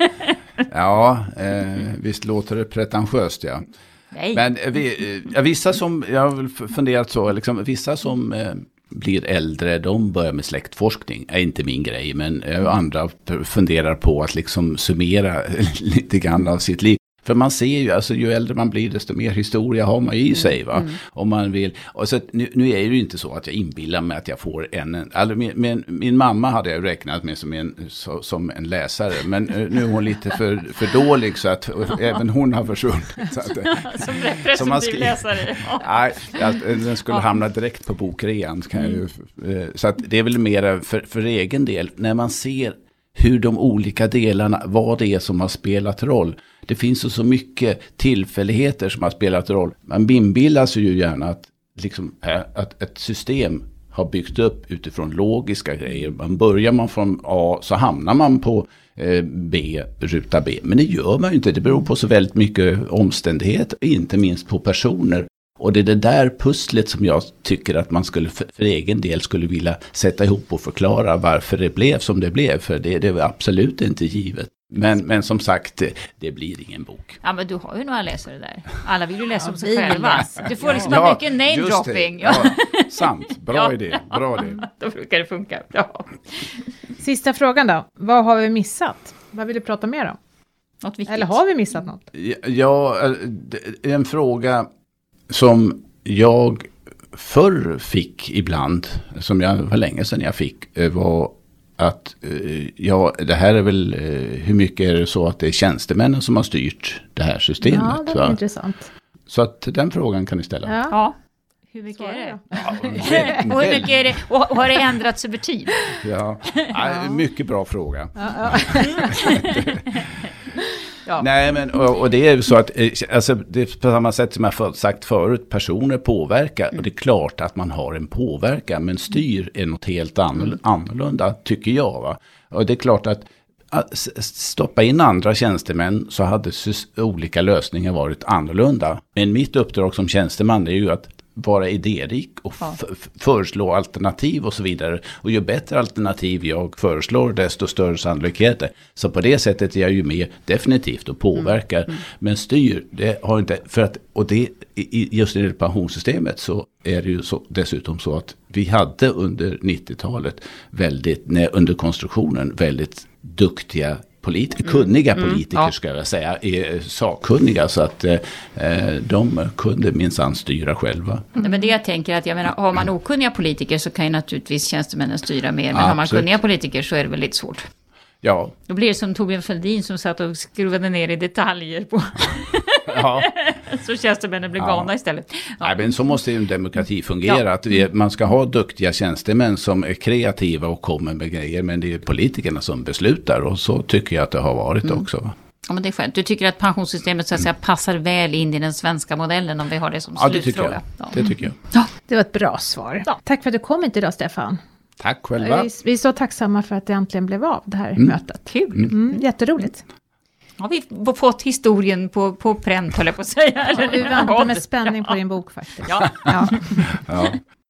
[SPEAKER 2] ja, eh, visst låter det pretentiöst, ja. Nej. Men vi, ja, vissa som, jag har funderat så, liksom, vissa som eh, blir äldre, de börjar med släktforskning. Är inte min grej, men eh, andra funderar på att liksom summera lite grann av sitt liv. För man ser ju, alltså ju äldre man blir desto mer historia har man i sig va. Mm. Om man vill. Och så nu, nu är det ju inte så att jag inbillar mig att jag får en, alltså min, min, min mamma hade jag räknat med som en, så, som en läsare. Men nu är hon lite för, för dålig så att även hon har försvunnit. Så att,
[SPEAKER 3] som representativ läsare.
[SPEAKER 2] Nej, att den skulle ja. hamna direkt på bokrean. Kan mm. jag ju, så att det är väl mer för, för egen del. När man ser hur de olika delarna, vad det är som har spelat roll. Det finns så, så mycket tillfälligheter som har spelat roll. Man inbillar sig ju gärna att, liksom, att ett system har byggt upp utifrån logiska grejer. Man börjar man från A så hamnar man på eh, B, ruta B. Men det gör man ju inte. Det beror på så väldigt mycket omständigheter, inte minst på personer. Och det är det där pusslet som jag tycker att man skulle för, för egen del skulle vilja sätta ihop och förklara varför det blev som det blev. För det, det var absolut inte givet. Men, men som sagt, det, det blir ingen bok.
[SPEAKER 3] Ja, men du har ju några läsare där. Alla vill ju läsa om sig själva. Du får liksom ja, mycket name-dropping.
[SPEAKER 2] Ja, sant. Bra ja. idé. Bra idé.
[SPEAKER 3] Då brukar det funka. Ja.
[SPEAKER 1] Sista frågan då. Vad har vi missat? Vad vill du prata mer om?
[SPEAKER 3] Något viktigt.
[SPEAKER 1] Eller har vi missat något?
[SPEAKER 2] Ja, en fråga som jag förr fick ibland, som jag var länge sedan jag fick, var att ja, det här är väl, hur mycket är det så att det är tjänstemännen som har styrt det här systemet?
[SPEAKER 1] Ja, det är va? Intressant.
[SPEAKER 2] Så att den frågan kan ni ställa.
[SPEAKER 3] Ja. ja. Hur mycket är det? Ja, väl, och hur mycket är det? Och har det ändrats över tid?
[SPEAKER 2] Ja, ja. Mycket bra fråga.
[SPEAKER 1] Ja, ja.
[SPEAKER 2] Ja. Nej, men och, och det är ju så att alltså, det är på samma sätt som jag för, sagt förut, personer påverkar mm. och det är klart att man har en påverkan, men styr är något helt annorlunda, annorlunda tycker jag va. Och det är klart att, att stoppa in andra tjänstemän så hade olika lösningar varit annorlunda. Men mitt uppdrag som tjänsteman är ju att vara idérik och f- f- föreslå alternativ och så vidare. Och ju bättre alternativ jag föreslår, desto större sannolikheter. Så på det sättet är jag ju med definitivt och påverkar. Mm. Mm. Men styr, det har inte, för att, och det, i, just i det pensionssystemet så är det ju så, dessutom så att vi hade under nittiotalet väldigt, när, under konstruktionen väldigt duktiga politiker, kunniga mm, politiker mm, ja. ska jag säga, är sakkunniga så att eh, de kunde minsann styra själva.
[SPEAKER 3] Mm. Men det jag tänker att, jag menar, har man okunniga politiker så kan ju naturligtvis tjänstemännen styra mer, men ja, har man absolut. kunniga politiker så är det väldigt svårt.
[SPEAKER 2] Ja.
[SPEAKER 3] Då blir det som Torbjörn Fälldin som satt och skruvade ner i detaljer på... Ja. Så tjänstemännen blir galna ja. istället.
[SPEAKER 2] Ja. Nej, men så måste ju en demokrati fungera. Ja. Att vi, man ska ha duktiga tjänstemän som är kreativa och kommer med grejer. Men det är politikerna som beslutar. Och så tycker jag att det har varit mm. också.
[SPEAKER 3] Ja, men det är skönt. Du tycker att pensionssystemet så att säga, passar väl in i den svenska modellen om vi har det som
[SPEAKER 2] ja,
[SPEAKER 3] slutfråga?
[SPEAKER 2] Det tycker jag. Ja. Det tycker jag.
[SPEAKER 1] Ja. Det var ett bra svar. Ja. Tack för att du kom hit idag, Stefan.
[SPEAKER 2] Tack själva.
[SPEAKER 1] Vi, vi är så tacksamma för att det äntligen blev av det här
[SPEAKER 2] mm.
[SPEAKER 1] mötet.
[SPEAKER 3] Kul.
[SPEAKER 1] Mm, jätteroligt.
[SPEAKER 3] Har vi fått historien på, på pränt, höll jag på att säga.
[SPEAKER 1] Ja, vi väntar med spänning på din bok faktiskt.
[SPEAKER 3] Ja.
[SPEAKER 1] Ja.
[SPEAKER 2] Ja.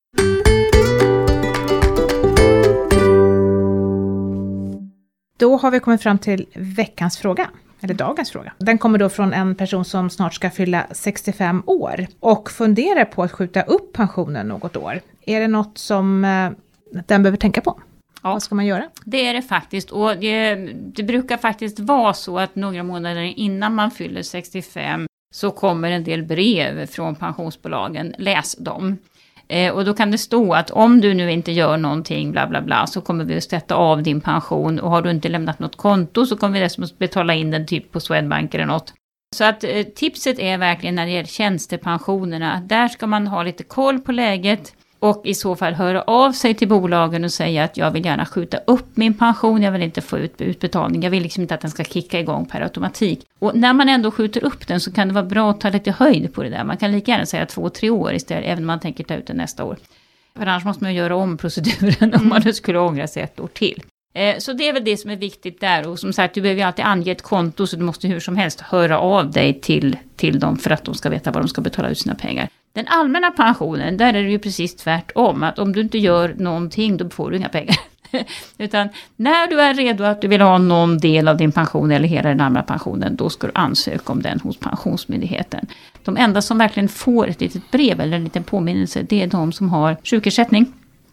[SPEAKER 1] Då har vi kommit fram till veckans fråga. Eller dagens fråga. Den kommer då från en person som snart ska fylla sextiofem år. Och funderar på att skjuta upp pensionen något år. Är det något som eh, den behöver tänka på? Ja. Vad ska man göra?
[SPEAKER 3] Det är det faktiskt. Och det, det brukar faktiskt vara så att några månader innan man fyller sextiofem så kommer en del brev från pensionsbolagen. Läs dem. Eh, och då kan det stå att om du nu inte gör någonting bla bla bla så kommer vi att sätta av din pension. Och har du inte lämnat något konto så kommer vi dessutom betala in den typ på Swedbank eller något. Så att eh, tipset är verkligen när det gäller tjänstepensionerna. Där ska man ha lite koll på läget. Och i så fall höra av sig till bolagen och säga att jag vill gärna skjuta upp min pension. Jag vill inte få ut utbetalning. Jag vill liksom inte att den ska kicka igång per automatik. Och när man ändå skjuter upp den så kan det vara bra att ta lite höjd på det där. Man kan lika gärna säga två, tre år istället. Även om man tänker ta ut den nästa år. För annars måste man göra om proceduren om man skulle ångra sig ett år till. Eh, så det är väl det som är viktigt där. Och som sagt, du behöver ju alltid ange ett konto. Så du måste hur som helst höra av dig till, till dem för att de ska veta vad de ska betala ut sina pengar. Den allmänna pensionen, där är det ju precis tvärtom. Att om du inte gör någonting, då får du inga pengar. Utan när du är redo att du vill ha någon del av din pension eller hela den allmänna pensionen, då ska du ansöka om den hos Pensionsmyndigheten. De enda som verkligen får ett litet brev eller en liten påminnelse, det är de som har sjukersättning.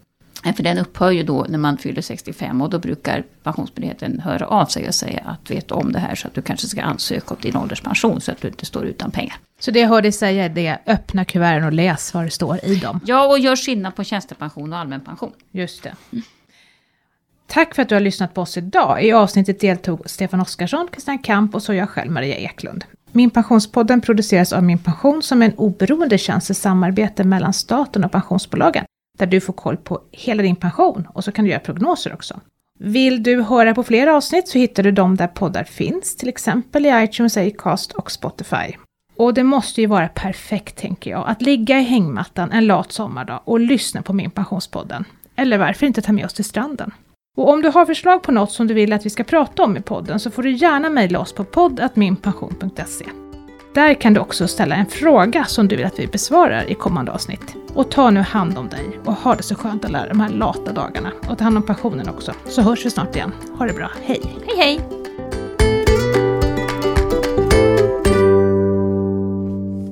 [SPEAKER 3] För den upphör ju då när man fyller sextiofem och då brukar Pensionsmyndigheten höra av sig och säga att vet om det här så att du kanske ska ansöka om din ålderspension så att du inte står utan pengar.
[SPEAKER 1] Så det jag hörde säga det, öppna kuverten och läs vad det står i dem.
[SPEAKER 3] Ja, och gör skillnad på tjänstepension och allmän pension.
[SPEAKER 1] Just det. Mm. Tack för att du har lyssnat på oss idag. I avsnittet deltog Stefan Oskarsson, Kristina Kamp och så jag själv, Maria Eklund. Min pensionspodden produceras av Min Pension som är en oberoende tjänst i samarbete mellan staten och pensionsbolagen. Där du får koll på hela din pension och så kan du göra prognoser också. Vill du höra på fler avsnitt så hittar du dem där poddar finns, till exempel i iTunes, Acast och Spotify. Och det måste ju vara perfekt, tänker jag, att ligga i hängmattan en lat sommardag och lyssna på Min Pensionspodden. Eller varför inte ta med oss till stranden? Och om du har förslag på något som du vill att vi ska prata om i podden så får du gärna mejla oss på podd at minpension punkt se. Där kan du också ställa en fråga som du vill att vi besvarar i kommande avsnitt. Och ta nu hand om dig och ha det så skönt alla de här lata dagarna. Och ta hand om pensionen också. Så hörs vi snart igen. Ha det bra. Hej!
[SPEAKER 3] Hej hej!